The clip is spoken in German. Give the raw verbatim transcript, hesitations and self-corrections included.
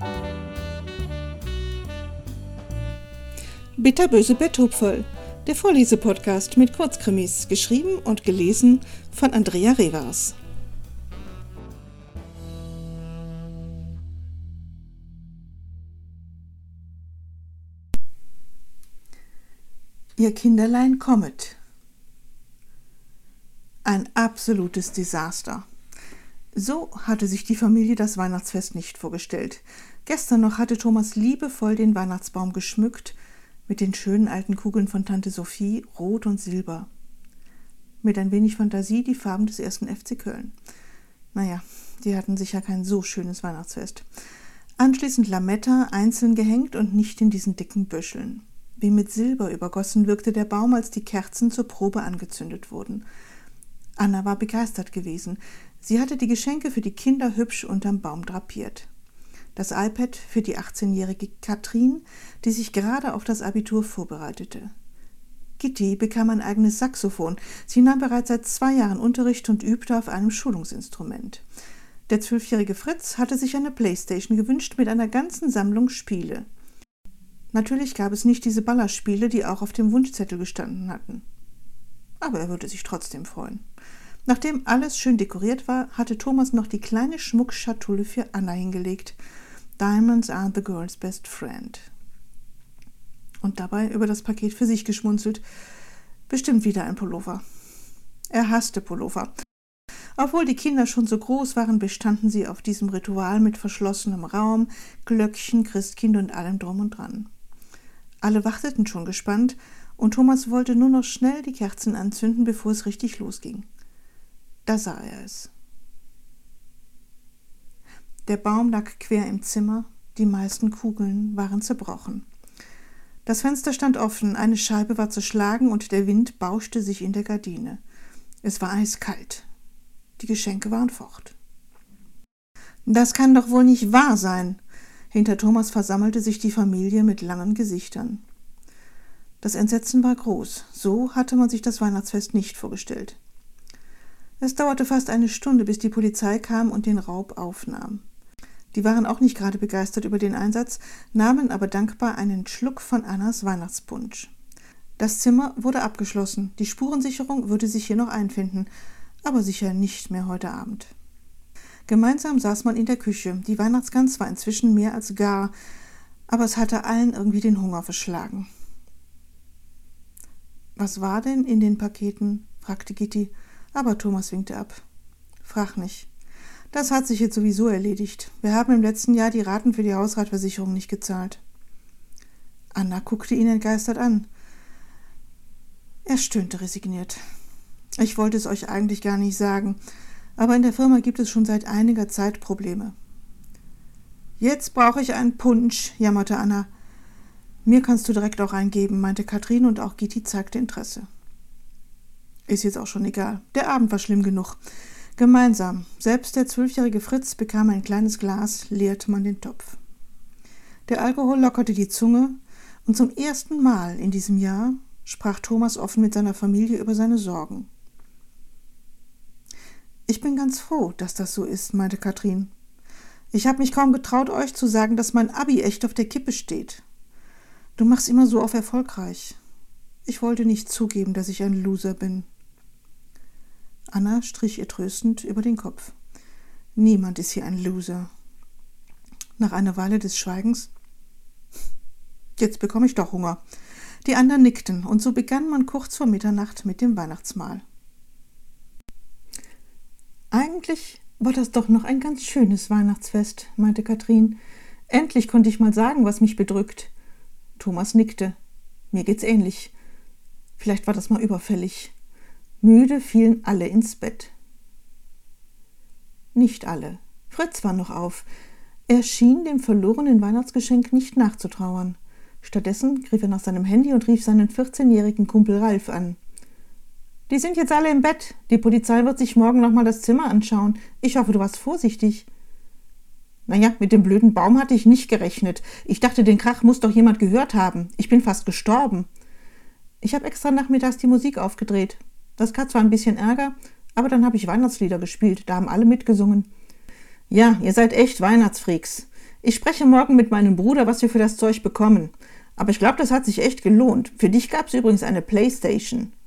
Bitterböse Betthupferl, der Vorlesepodcast mit Kurzkrimis, geschrieben und gelesen von Andrea Revers. Ihr Kinderlein kommet. Ein absolutes Desaster. So hatte sich die Familie das Weihnachtsfest nicht vorgestellt. Gestern noch hatte Thomas liebevoll den Weihnachtsbaum geschmückt, mit den schönen alten Kugeln von Tante Sophie, rot und silber. Mit ein wenig Fantasie die Farben des ersten F C Köln. Naja, die hatten sicher kein so schönes Weihnachtsfest. Anschließend Lametta einzeln gehängt und nicht in diesen dicken Büscheln. Wie mit Silber übergossen wirkte der Baum, als die Kerzen zur Probe angezündet wurden. Anna war begeistert gewesen. Sie hatte die Geschenke für die Kinder hübsch unterm Baum drapiert. Das iPad für die achtzehnjährige Katrin, die sich gerade auf das Abitur vorbereitete. Gitti bekam ein eigenes Saxophon. Sie nahm bereits seit zwei Jahren Unterricht und übte auf einem Schulungsinstrument. Der zwölfjährige Fritz hatte sich eine Playstation gewünscht mit einer ganzen Sammlung Spiele. Natürlich gab es nicht diese Ballerspiele, die auch auf dem Wunschzettel gestanden hatten. Aber er würde sich trotzdem freuen. Nachdem alles schön dekoriert war, hatte Thomas noch die kleine Schmuckschatulle für Anna hingelegt. Diamonds are the girl's best friend. Und dabei über das Paket für sich geschmunzelt. Bestimmt wieder ein Pullover. Er hasste Pullover. Obwohl die Kinder schon so groß waren, bestanden sie auf diesem Ritual mit verschlossenem Raum, Glöckchen, Christkind und allem drum und dran. Alle warteten schon gespannt, und Thomas wollte nur noch schnell die Kerzen anzünden, bevor es richtig losging. Da sah er es. Der Baum lag quer im Zimmer, die meisten Kugeln waren zerbrochen. Das Fenster stand offen, eine Scheibe war zerschlagen und der Wind bauschte sich in der Gardine. Es war eiskalt. Die Geschenke waren fort. Das kann doch wohl nicht wahr sein. Hinter Thomas versammelte sich die Familie mit langen Gesichtern. Das Entsetzen war groß. So hatte man sich das Weihnachtsfest nicht vorgestellt. Es dauerte fast eine Stunde, bis die Polizei kam und den Raub aufnahm. Die waren auch nicht gerade begeistert über den Einsatz, nahmen aber dankbar einen Schluck von Annas Weihnachtspunsch. Das Zimmer wurde abgeschlossen, die Spurensicherung würde sich hier noch einfinden, aber sicher nicht mehr heute Abend. Gemeinsam saß man in der Küche, die Weihnachtsgans war inzwischen mehr als gar, aber es hatte allen irgendwie den Hunger verschlagen. »Was war denn in den Paketen?« fragte Gitti, aber Thomas winkte ab. »Frag nicht. Das hat sich jetzt sowieso erledigt. Wir haben im letzten Jahr die Raten für die Hausratversicherung nicht gezahlt.« Anna guckte ihn entgeistert an. Er stöhnte resigniert. »Ich wollte es euch eigentlich gar nicht sagen, aber in der Firma gibt es schon seit einiger Zeit Probleme.« »Jetzt brauche ich einen Punsch«, jammerte Anna. »Mir kannst du direkt auch eingeben«, meinte Katrin, und auch Gitti zeigte Interesse. Ist jetzt auch schon egal. Der Abend war schlimm genug. Gemeinsam, selbst der zwölfjährige Fritz bekam ein kleines Glas, leerte man den Topf. Der Alkohol lockerte die Zunge, und zum ersten Mal in diesem Jahr sprach Thomas offen mit seiner Familie über seine Sorgen. »Ich bin ganz froh, dass das so ist«, meinte Katrin. »Ich habe mich kaum getraut, euch zu sagen, dass mein Abi echt auf der Kippe steht. Du machst immer so auf erfolgreich. Ich wollte nicht zugeben, dass ich ein Loser bin.« Anna strich ihr tröstend über den Kopf. »Niemand ist hier ein Loser.« Nach einer Weile des Schweigens: »Jetzt bekomme ich doch Hunger.« Die anderen nickten, und so begann man kurz vor Mitternacht mit dem Weihnachtsmahl. »Eigentlich war das doch noch ein ganz schönes Weihnachtsfest«, meinte Katrin. »Endlich konnte ich mal sagen, was mich bedrückt.« Thomas nickte. »Mir geht's ähnlich. Vielleicht war das mal überfällig.« Müde fielen alle ins Bett. Nicht alle. Fritz war noch auf. Er schien dem verlorenen Weihnachtsgeschenk nicht nachzutrauern. Stattdessen griff er nach seinem Handy und rief seinen vierzehnjährigen Kumpel Ralf an. »Die sind jetzt alle im Bett. Die Polizei wird sich morgen nochmal das Zimmer anschauen. Ich hoffe, du warst vorsichtig.« »Naja, mit dem blöden Baum hatte ich nicht gerechnet. Ich dachte, den Krach muss doch jemand gehört haben. Ich bin fast gestorben. Ich habe extra nachmittags die Musik aufgedreht. Das gab zwar ein bisschen Ärger, aber dann habe ich Weihnachtslieder gespielt. Da haben alle mitgesungen.« »Ja, ihr seid echt Weihnachtsfreaks. Ich spreche morgen mit meinem Bruder, was wir für das Zeug bekommen. Aber ich glaube, das hat sich echt gelohnt. Für dich gab es übrigens eine Playstation.